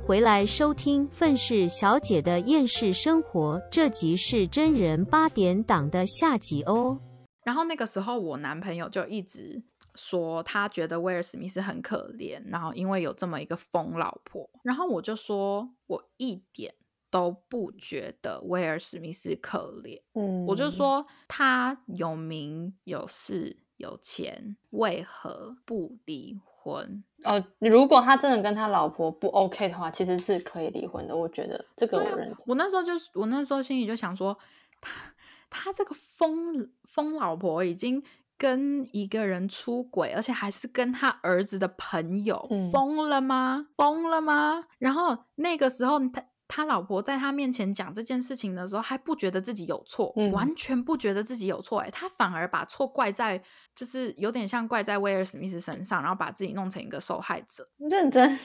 回来收听愤世小姐的厌世生活，这集是真人8点档的下集哦。 然后那个时候我男朋友就一直说他觉得威尔史密斯很可怜，然后因为有这么一个疯老婆，然后我就说我一点都不觉得威尔史密斯可怜，我就说他有名有势有钱，为何不离婚？ 如果他真的跟他老婆不 OK 的话，其实是可以离婚的，我觉得这个我认同。 我那时候心里就想说，他这个疯老婆已经跟一个人出轨，而且还是跟他儿子的朋友，疯了吗？疯了吗？然后那个时候他老婆在他面前讲这件事情的时候，还不觉得自己有错，完全不觉得自己有错，他反而把错怪在，就是有点像怪在威尔史密斯身上，然后把自己弄成一个受害者。 认真，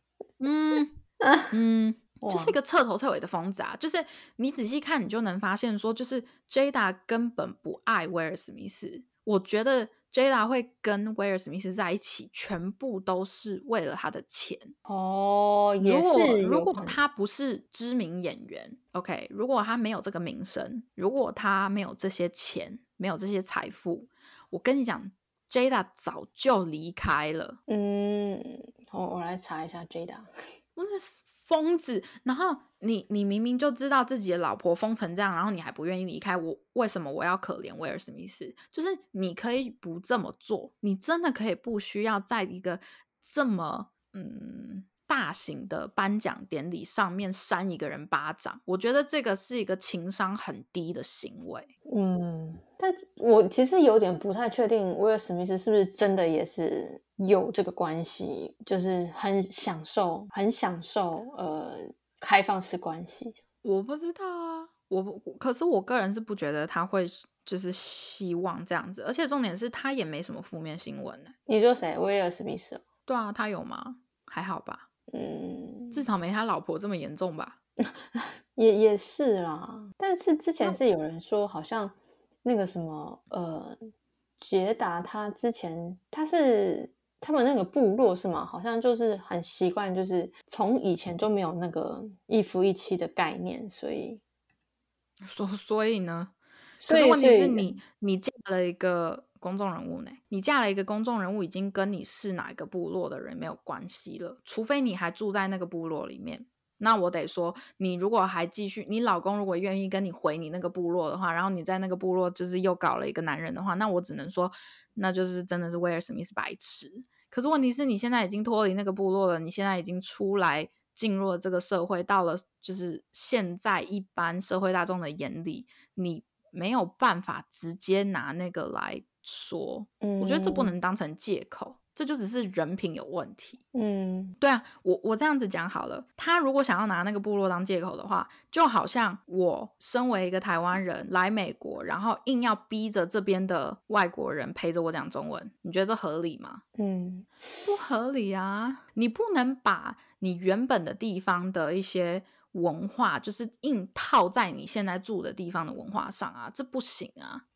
就是一个彻头彻尾的疯子啊！就是你仔细看，你就能发现说，就是 Jada 根本不爱威尔史密斯。我觉得 Jada 会跟威尔史密斯在一起，全部都是为了他的钱。 也是如果他不是知名演员 ，OK， 如果他没有这个名声，如果他没有这些钱，没有这些财富，我跟你讲 ，Jada 早就离开了。 我来查一下 Jada。 那是疯子，然后你明明就知道自己的老婆疯成这样，然后你还不愿意离开我，为什么我要可怜威尔史密斯？就是你可以不这么做，你真的可以不需要在一个这么大型的颁奖典礼上面扇一个人巴掌，我觉得这个是一个情商很低的行为。 但我其实有点不太确定威尔史密斯是不是真的也是有这个关系，就是很享受开放式关系。 我不知道啊，可是我个人是不觉得他会就是希望这样子，而且重点是他也没什么负面新闻呢。 你说谁？威尔史密斯？ 对啊，他有吗？还好吧，至少没他老婆这么严重吧。 也是啦，但是之前是有人说好像那个什么杰达他之前他们那个部落是吗？好像就是很习惯，就是从以前就没有那个一夫一妻的概念，所以呢？可是问题是你嫁了一个公众人物呢？你嫁了一个公众人物，已经跟你是哪一个部落的人没有关系了，除非你还住在那个部落里面。那我得说，你如果还继续，你老公如果愿意跟你回你那个部落的话，然后你在那个部落就是又搞了一个男人的话，那我只能说，那就是真的是威尔史密斯白痴。可是问题是你现在已经脱离那个部落了，你现在已经出来进入了这个社会，到了就是现在一般社会大众的眼里，你没有办法直接拿那个来说，我觉得这不能当成借口，这就只是人品有问题。对啊，我这样子讲好了，他如果想要拿那个部落当借口的话，就好像我身为一个台湾人来美国，然后硬要逼着这边的外国人陪着我讲中文，你觉得这合理吗？不合理啊！你不能把你原本的地方的一些文化，就是硬套在你现在住的地方的文化上啊，这不行啊。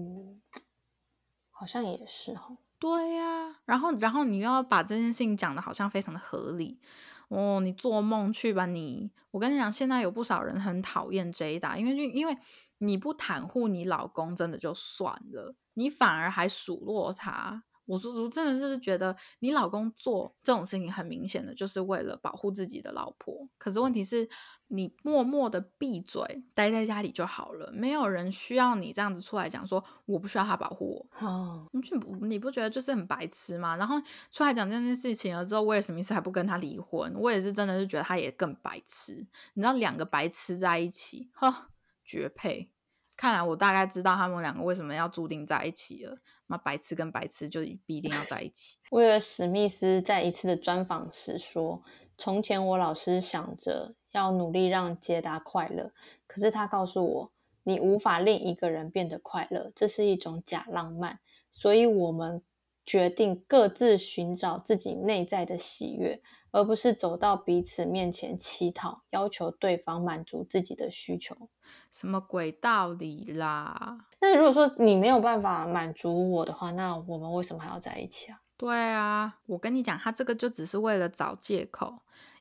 好像也是哦。 对呀，然后你又要把这件事情讲的好像非常的合理你做梦去吧你！我跟你讲，现在有不少人很讨厌 Jada，因为你不袒护你老公真的就算了，你反而还数落他。我真的是觉得你老公做这种事情很明显的就是为了保护自己的老婆，可是问题是你默默的闭嘴待在家里就好了，没有人需要你这样子出来讲说我不需要他保护我。你不觉得就是很白痴吗？然后出来讲这件事情了之后，威尔史密斯还不跟他离婚，我也是真的是觉得他也更白痴。你知道两个白痴在一起绝配。看来我大概知道他们两个为什么要注定在一起了。那白痴跟白痴就必定要在一起。 威尔史密斯在一次的专访时说，从前我老是想着要努力让杰达快乐，可是他告诉我，你无法令一个人变得快乐，这是一种假浪漫，所以我们决定各自寻找自己内在的喜悦，而不是走到彼此面前乞讨，要求对方满足自己的需求。 什么鬼道理啦？ 那如果说你没有办法满足我的话，那我们为什么还要在一起啊？ 对啊，我跟你讲，他这个就只是为了找借口，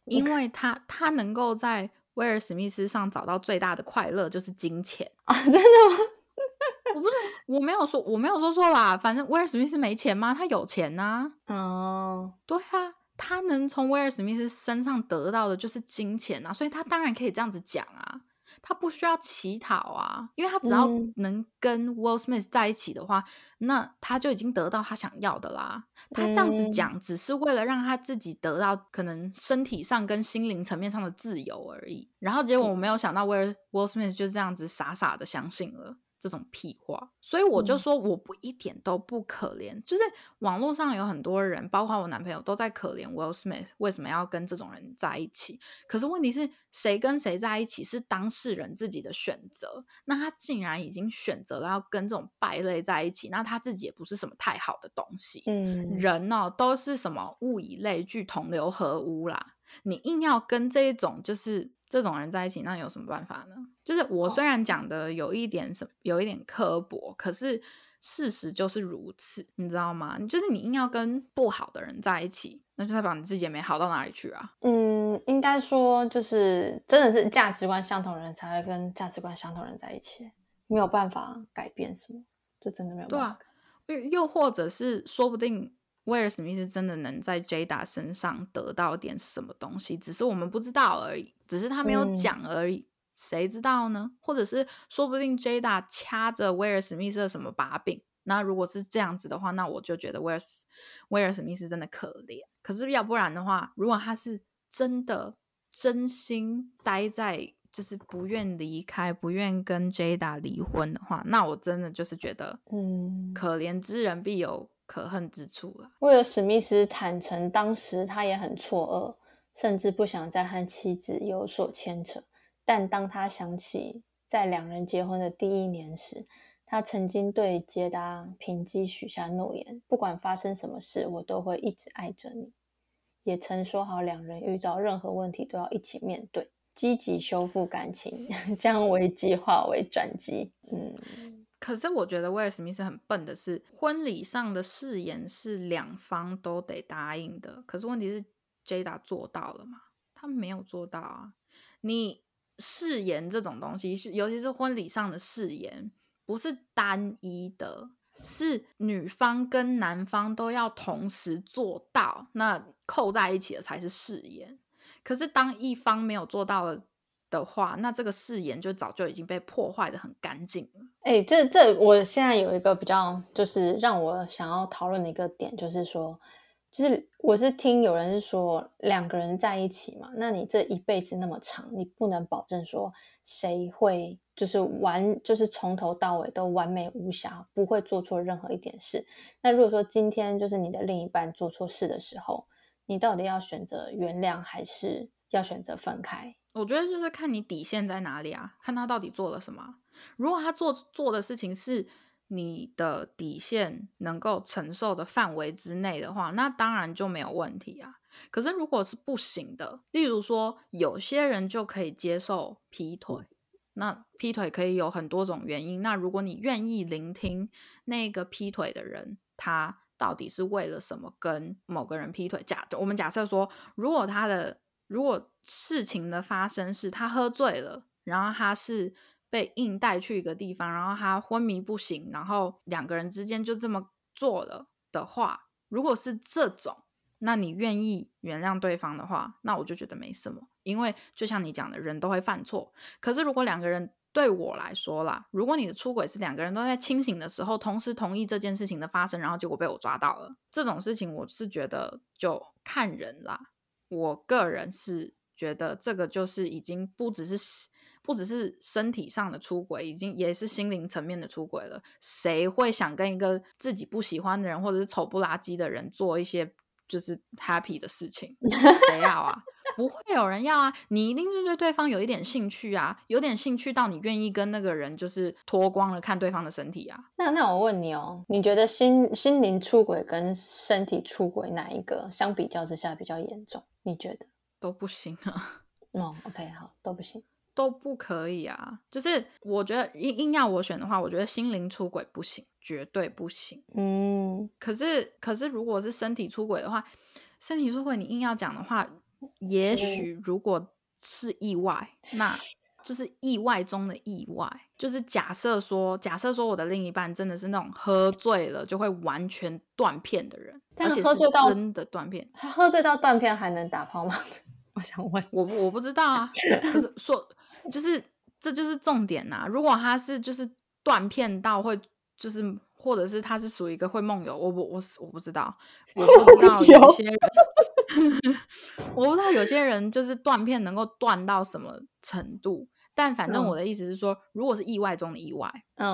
因为他能够在威尔史密斯上找到最大的快乐就是金钱啊，真的吗？ 我没有说错吧，反正威尔史密斯没钱吗？他有钱啊。 哦， 对啊，他能从威尔史密斯身上得到的就是金钱啊，所以他当然可以这样子讲啊，他不需要乞讨啊，因为他只要能跟 Will Smith 在一起的话，那他就已经得到他想要的啦。他这样子讲只是为了让他自己得到可能身体上跟心灵层面上的自由而已，然后结果我没有想到 Will Smith 就这样子傻傻的相信了这种屁话，所以我就说我不一点都不可怜，就是网络上有很多人包括我男朋友都在可怜 Will Smith 为什么要跟这种人在一起，可是问题是谁跟谁在一起是当事人自己的选择，那他竟然已经选择了要跟这种败类在一起，那他自己也不是什么太好的东西。人哦都是什么物以类聚同流合污啦，你硬要跟这一种就是这种人在一起，那有什么办法呢？就是我虽然讲的有一点刻薄，可是事实就是如此，你知道吗？就是你硬要跟不好的人在一起，那就代表你自己也没好到哪里去啊。 应该说就是真的是价值观相同的人才会跟价值观相同的人在一起，没有办法改变什么，就真的没有办法改变。 对啊，又或者是说不定威尔史密斯真的能在 Jada 身上得到点什么东西，只是我们不知道而已，只是他没有讲而已，谁知道呢？或者是说不定 Jada 掐着威尔史密斯的什么把柄，那如果是这样子的话，那我就觉得威尔史密斯真的可怜。可是要不然的话，如果他是真的真心待在就是不愿离开不愿跟 Jada 离婚的话，那我真的就是觉得可怜之人必有可恨之处了。 威尔史密斯坦诚当时他也很错愕，甚至不想再和妻子有所牵扯，但当他想起在两人结婚的第1年时，他曾经对杰达平基许下诺言，不管发生什么事我都会一直爱着你，也曾说好两人遇到任何问题都要一起面对，积极修复感情，将危机化为转机。 可是我觉得威尔史密斯很笨的是，婚礼上的誓言是两方都得答应的，可是问题是 Jada 做到了吗？他没有做到啊。你誓言这种东西，尤其是婚礼上的誓言，不是单一的，是女方跟男方都要同时做到，那扣在一起的才是誓言。可是当一方没有做到了的话，那这个誓言就早就已经被破坏的很干净了。 这我现在有一个比较就是让我想要讨论的一个点，就是说就是我是听有人是说两个人在一起嘛，那你这一辈子那么长，你不能保证说谁会就是从头到尾都完美无瑕，不会做错任何一点事。那如果说今天就是你的另一半做错事的时候，你到底要选择原谅还是要选择分开？ 我觉得就是看你底线在哪里啊，看他到底做了什么。如果他做的事情是你的底线能够承受的范围之内的话，那当然就没有问题啊。可是如果是不行的，例如说有些人就可以接受劈腿，那劈腿可以有很多种原因，那如果你愿意聆听那个劈腿的人他到底是为了什么跟某个人劈腿，我们假设说如果事情的发生是他喝醉了，然后他是被硬带去一个地方，然后他昏迷不醒，然后两个人之间就这么做了的话，如果是这种，那你愿意原谅对方的话，那我就觉得没什么，因为就像你讲的，人都会犯错。可是如果两个人，对我来说啦，如果你的出轨是两个人都在清醒的时候同时同意这件事情的发生，然后结果被我抓到了，这种事情我是觉得就看人啦。我个人是觉得这个就是已经不只是身体上的出轨，已经也是心灵层面的出轨了。谁会想跟一个自己不喜欢的人或者是丑不拉几的人做一些就是 happy 的事情？谁要啊？不会有人要啊！你一定是对对方有一点兴趣啊，有点兴趣到你愿意跟那个人就是脱光了看对方的身体啊。 那我问你哦，你觉得心灵出轨跟身体出轨哪一个相比较之下比较严重？你觉得？ 都不行啊。 OK， 好，都不行， 都不可以啊。就是我觉得硬要我选的话，我觉得心灵出轨不行，绝对不行。可是如果是身体出轨的话，身体出轨你硬要讲的话， 也许如果是意外，那就是意外中的意外。就是假设说我的另一半真的是那种喝醉了就会完全断片的人，而且是真的断片。 他喝醉到断片还能打炮吗？我想问。 我不知道啊。可是说就是这就是重点啊。如果他是就是断片到会就是或者是他是属于一个会梦游，我不知道。我不知道有些人我不知道有些人就是断片能够断到什么程度，但反正我的意思是说，如果是意外中的意外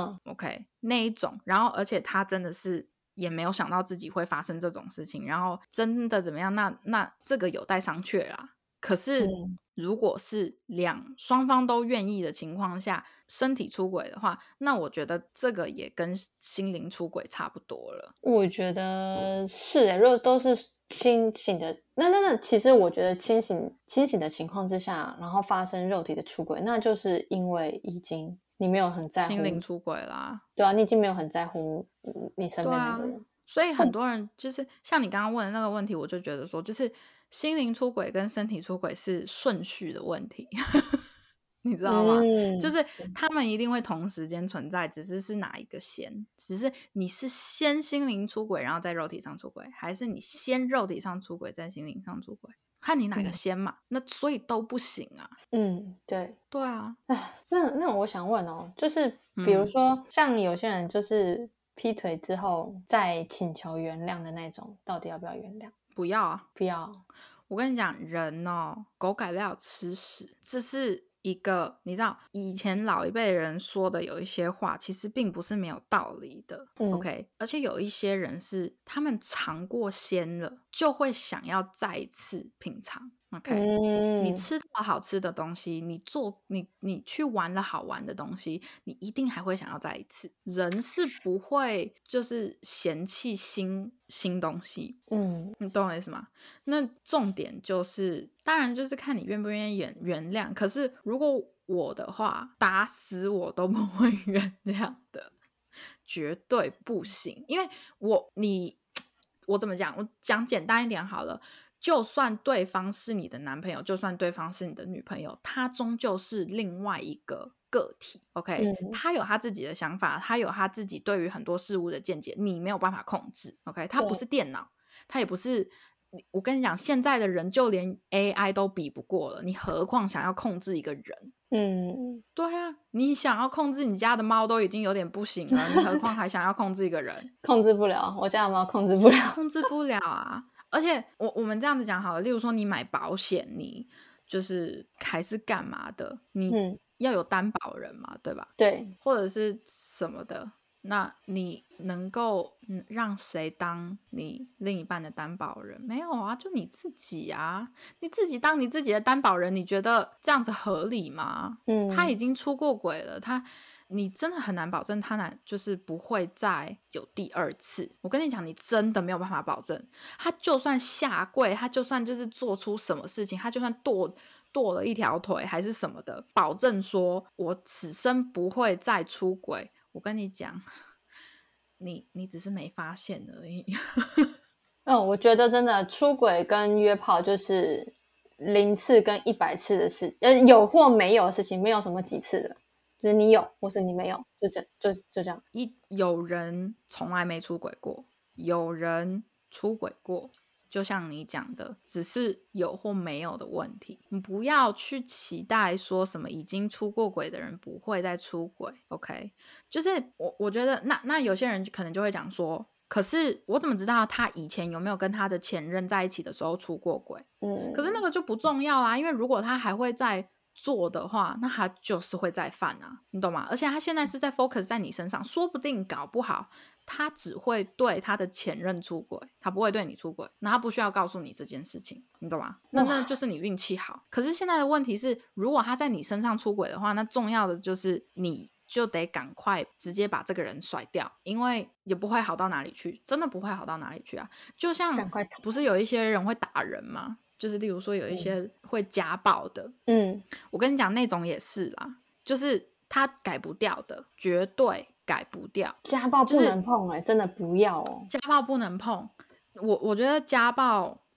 ，OK 那一种，然后而且他真的是也没有想到自己会发生这种事情，然后真的怎么样，那这个有待商榷啦。可是如果是双方都愿意的情况下身体出轨的话，那我觉得这个也跟心灵出轨差不多了。 我觉得是如果都是清醒的，那其实我觉得清醒的情况之下，然后发生肉体的出轨，那就是因为已经你没有很在乎心灵出轨啦。 对啊，你已经没有很在乎你身边那个人。 所以很多人就是像你刚刚问的那个问题，我就觉得说就是心灵出轨跟身体出轨是顺序的问题你知道吗？就是他们一定会同时间存在，只是哪一个先，只是你是先心灵出轨然后在肉体上出轨，还是你先肉体上出轨在心灵上出轨，看你哪个先嘛。那所以都不行啊。 对啊。 那我想问就是比如说像有些人就是劈腿之后再请求原谅的那种，到底要不要原谅？ 不要啊。 不要。 我跟你讲，人狗改不了吃屎，这是一个你知道以前老一辈人说的有一些话其实并不是没有道理的，OK。 而且有一些人是他们尝过鲜了就会想要再一次品尝，OK。你吃到好吃的东西，你去玩了好玩的东西，你一定还会想要再一次。人是不会就是嫌弃新东西，你懂我意思吗？那重点就是当然就是看你愿不愿意原谅，可是如果我的话打死我都不会原谅的，绝对不行。因为我怎么讲，我讲简单一点好了，就算对方是你的男朋友，就算对方是你的女朋友，他终究是另外一个个体 OK。他有他自己的想法，他有他自己对于很多事物的见解，你没有办法控制 OK。 他不是电脑，他也不是，我跟你讲现在的人就连 AI 都比不过了，你何况想要控制一个人。对啊，你想要控制你家的猫都已经有点不行了，你何况还想要控制一个人控制不了，我家的猫控制不了， 控制不了啊。而且我们这样子讲好了，例如说你买保险，你就是还是干嘛的，你要有担保人嘛，对吧？ 对， 或者是什么的，那你能够让谁当你另一半的担保人？没有啊，就你自己啊。你自己当你自己的担保人，你觉得这样子合理吗？他已经出过轨了，你真的很难保证他就是不会再有第二次。我跟你讲，你真的没有办法保证。他就算下跪，他就算就是做出什么事情，他就算剁了一条腿还是什么的，保证说我此生不会再出轨。我跟你讲，你只是没发现而已我觉得真的出轨跟约炮就是0次跟100次的事，有或没有的事情，没有什么几次的，就是你有或是你没有，就这样。 有人从来没出轨过，有人出轨过，就像你讲的，只是有或没有的问题。你不要去期待说什么已经出过轨的人不会再出轨 OK。 就是我觉得那有些人可能就会讲说，可是我怎么知道他以前有没有跟他的前任在一起的时候出过轨？可是那个就不重要啦，因为如果他还会再做的话，那他就是会再犯啊，你懂吗？而且他现在是在 focus 在你身上，说不定搞不好他只会对他的前任出轨，他不会对你出轨，那他不需要告诉你这件事情，你懂吗？那就是你运气好。可是现在的问题是，如果他在你身上出轨的话，那重要的就是你就得赶快直接把这个人甩掉，因为也不会好到哪里去，真的不会好到哪里去啊。就像不是有一些人会打人吗？就是例如说有一些会家暴的，我跟你讲那种也是啦，就是他改不掉的，绝对改不掉。 家暴不能碰真的不要家暴不能碰。我觉得家暴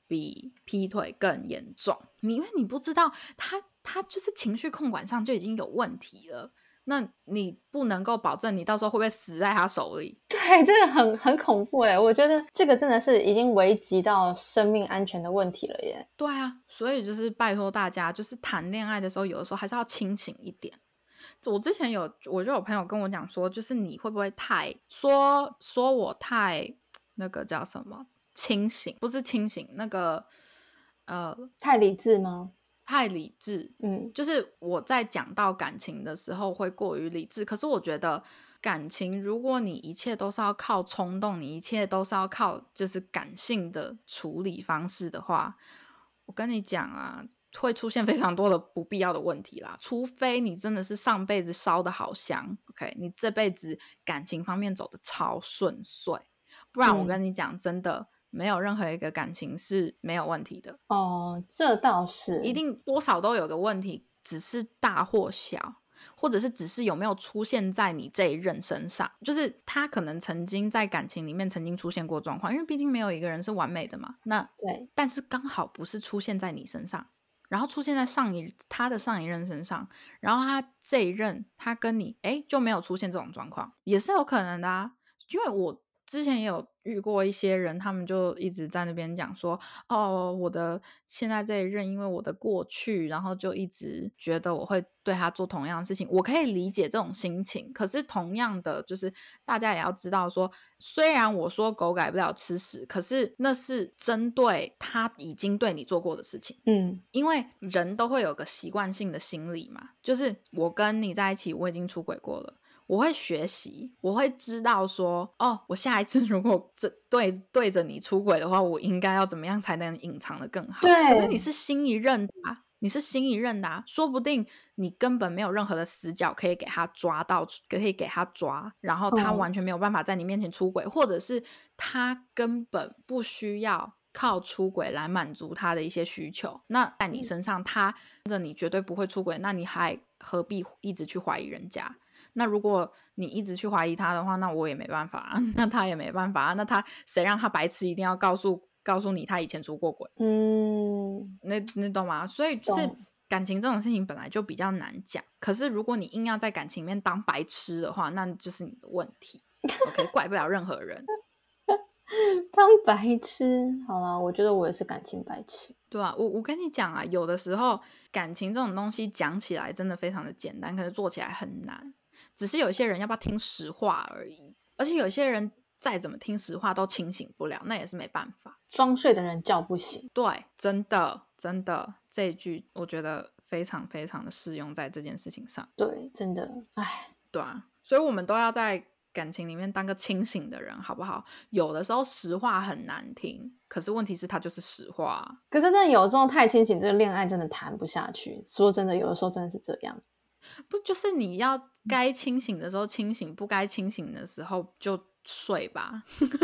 比劈腿更严重，因为你不知道他就是情绪控管上就已经有问题了，那你不能够保证你到时候会不会死在他手里。 对，这个很恐怖耶，我觉得这个真的是已经危及到生命安全的问题了耶。 对啊，所以就是拜托大家，就是谈恋爱的时候有的时候还是要清醒一点。我之前我就有朋友跟我讲说，就是你会不会太说我太那个叫什么清醒，不是清醒，那个太理智吗？ 太理智。就是我在讲到感情的时候会过于理智，可是我觉得感情如果你一切都是要靠冲动，你一切都是要靠就是感性的处理方式的话，我跟你讲啊，会出现非常多的不必要的问题啦。除非你真的是上辈子烧的好香 OK， 你这辈子感情方面走的超顺遂，不然我跟你讲真的没有任何一个感情是没有问题的。 这倒是一定多少都有个问题，只是大或小，或者是只是有没有出现在你这一任身上，就是他可能曾经在感情里面曾经出现过状况，因为毕竟没有一个人是完美的嘛。那对， 但是刚好不是出现在你身上，然后出现在他的上一任身上，然后他这一任他跟你就没有出现这种状况，也是有可能的啊。因为我之前也有遇过一些人，他们就一直在那边讲说，我的现在这一任因为我的过去，然后就一直觉得我会对他做同样的事情。我可以理解这种心情，可是同样的就是大家也要知道说，虽然我说狗改不了吃屎，可是那是针对他已经对你做过的事情。因为人都会有个习惯性的心理嘛，就是我跟你在一起，我已经出轨过了，我会学习，我会知道说，我下一次如果对着你出轨的话，我应该要怎么样才能隐藏得更好。可是你是新一任的啊，说不定你根本没有任何的死角可以给他抓到，可以给他抓，然后他完全没有办法在你面前出轨，或者是他根本不需要靠出轨来满足他的一些需求，那在你身上他你绝对不会出轨，那你还何必一直去怀疑人家？那如果你一直去怀疑他的话，那我也没办法啊，那他也没办法啊，那他谁让他白痴一定要告诉你他以前出过轨？你懂吗？所以就是感情这种事情本来就比较难讲，可是如果你硬要在感情里面当白痴的话，那就是你的问题OK， 怪不了任何人。 当白痴，好啦，我觉得我也是感情白痴。 对啊，我跟你讲啊，有的时候感情这种东西讲起来真的非常的简单，可是做起来很难。只是有些人要不要听实话而已，而且有些人再怎么听实话都清醒不了，那也是没办法。 装睡的人叫不醒。 对，真的这一句我觉得非常非常的适用在这件事情上。 对，真的， 对啊，所以我们都要在感情里面当个清醒的人，好不好？有的时候实话很难听，可是问题是它就是实话。 可是真的有时候太清醒，这个恋爱真的谈不下去。说真的，有的时候真的是这样。 不就是你要该清醒的时候清醒，不该清醒的时候就睡吧。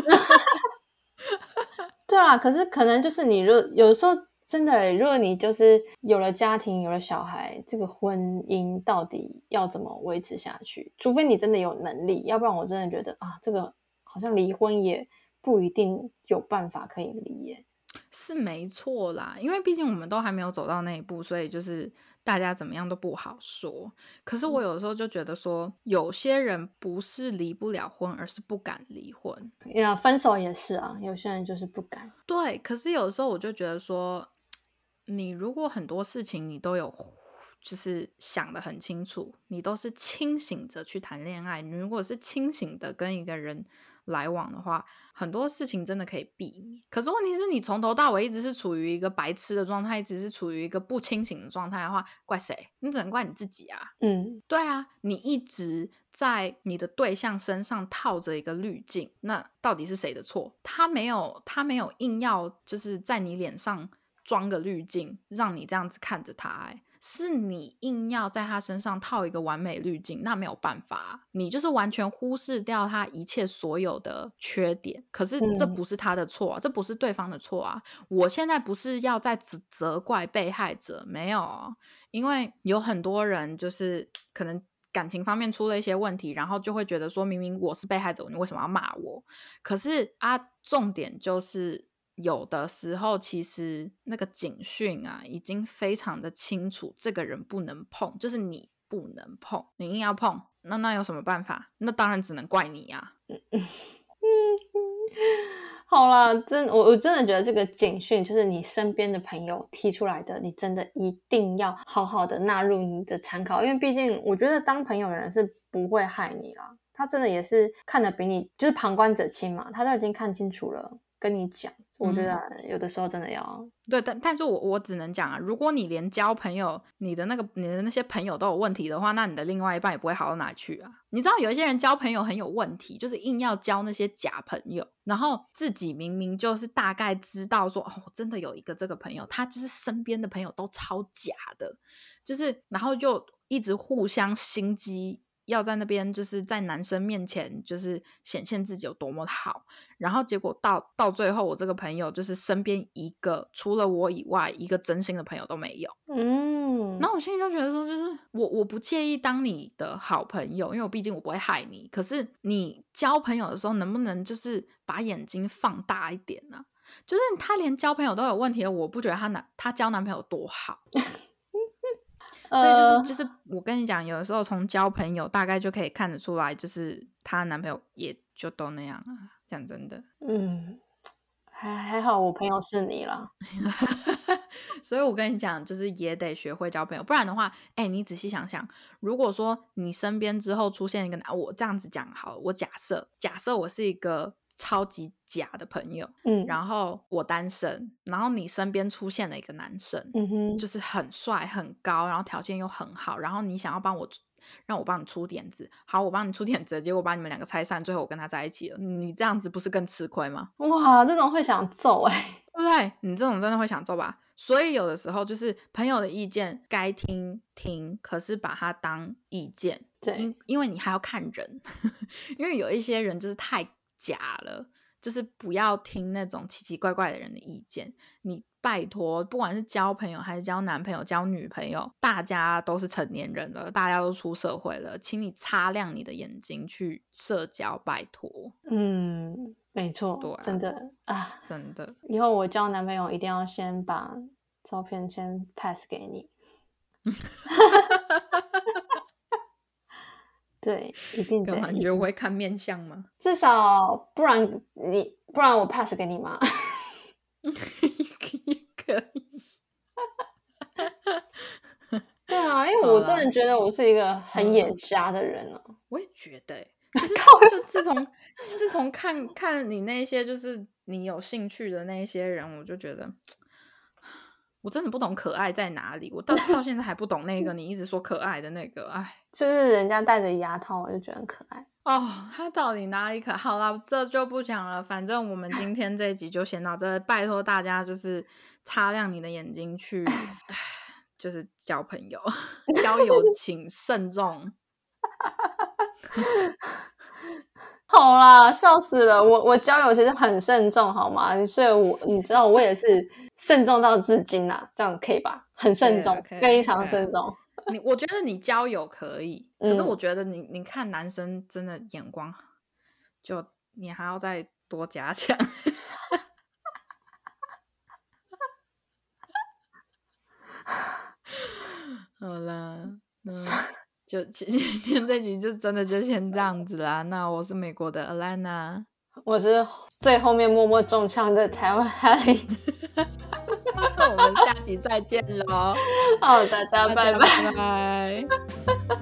对啦，可是可能就是你有的时候真的，如果你就是有了家庭有了小孩，这个婚姻到底要怎么维持下去？除非你真的有能力，要不然我真的觉得这个好像离婚也不一定有办法可以离耶。 是没错啦，因为毕竟我们都还没有走到那一步，所以就是大家怎么样都不好说。可是我有的时候就觉得说，有些人不是离不了婚，而是不敢离婚。 分手也是啊，有些人就是不敢。 对，可是有的时候我就觉得说，你如果很多事情你都有就是想得很清楚，你都是清醒着去谈恋爱，你如果是清醒的跟一个人来往的话，很多事情真的可以避免。可是问题是你从头到尾一直是处于一个白痴的状态，一直是处于一个不清醒的状态的话，怪谁？你只能怪你自己啊。对啊，你一直在你的对象身上套着一个滤镜，那到底是谁的错？他没有硬要就是在你脸上装个滤镜让你这样子看着他，是你硬要在他身上套一个完美滤镜，那没有办法，你就是完全忽视掉他一切所有的缺点。可是这不是他的错这不是对方的错啊。我现在不是要在责怪被害者，没有，因为有很多人就是可能感情方面出了一些问题，然后就会觉得说明明我是被害者，你为什么要骂我？可是重点就是有的时候其实那个警讯啊已经非常的清楚，这个人不能碰，就是你不能碰，你硬要碰，那有什么办法？那当然只能怪你啊。 好啦，我真的觉得这个警讯就是你身边的朋友提出来的，你真的一定要好好的纳入你的参考，因为毕竟我觉得当朋友的人是不会害你啦，他真的也是看得比你，就是旁观者清嘛，他都已经看清楚了跟你讲，我觉得有的时候真的要对，但是我只能讲啊，如果你连交朋友，你的那些朋友都有问题的话，那你的另外一半也不会好到哪去啊。你知道有一些人交朋友很有问题，就是硬要交那些假朋友，然后自己明明就是大概知道说，哦，真的有一个这个朋友，他就是身边的朋友都超假的，就是然后又一直互相心机。要在那边就是在男生面前就是显现自己有多么好，然后结果到最后我这个朋友就是身边一个除了我以外一个真心的朋友都没有。然后我心里就觉得说就是我不介意当你的好朋友，因为我毕竟我不会害你，可是你交朋友的时候能不能就是把眼睛放大一点呢？就是他连交朋友都有问题了，我不觉得他交男朋友多好。所以就是我跟你讲，有的时候从交朋友大概就可以看得出来，就是她男朋友也就都那样啊。讲真的， 还好我朋友是你啦。 所以我跟你讲，就是也得学会交朋友，不然的话，你仔细想想，如果说你身边之后出现一个我这样子讲好了，我假设我是一个超级假的朋友，然后我单身，然后你身边出现了一个男生，就是很帅很高，然后条件又很好，然后你想要让我帮你出点子，好，我帮你出点子，结果把你们两个拆散，最后我跟他在一起了，你这样子不是更吃亏吗？ 哇，这种会想揍对不对？你这种真的会想揍吧？所以有的时候就是朋友的意见该听，可是把它当意见， 对， 因为你还要看人，因为有一些人就是太假了，就是不要听那种奇奇怪怪的人的意见。你拜托，不管是交朋友还是交男朋友交女朋友，大家都是成年人了，大家都出社会了，请你擦亮你的眼睛去社交，拜托。 没错，对啊，真的啊， 真的， 以后我交男朋友一定要先把照片先 pass 给你。对，一定的。 你觉得我会看面相吗？ 至少不然我 pass 给你吗？ 也可以。对啊，因为我真的觉得我是一个很眼瞎的人啊。 我也觉得可是就自从看你那些就是你有兴趣的那些人，我就觉得我真的不懂可爱在哪里，我到现在还不懂那个你一直说可爱的那个， 就是人家戴着牙套，我就觉得很可爱哦。他到底哪里可爱？好啦，这就不讲了，反正我们今天这一集就先到这，拜托大家就是擦亮你的眼睛去，就是交朋友，交友请慎重。 好啦，笑死了！我交友其实很慎重，好吗？所以你知道我也是慎重到至今啦，这样可以吧？很慎重，非常慎重。 我觉得你交友可以，可是我觉得你看男生真的眼光，就你还要再多加强。好啦，就今天这集就真的就先这样子啦。那我是美国的 Alana， 我是最后面默默中枪的台湾 Haley。 我们下集再见咯。 好，大家拜拜。 拜拜。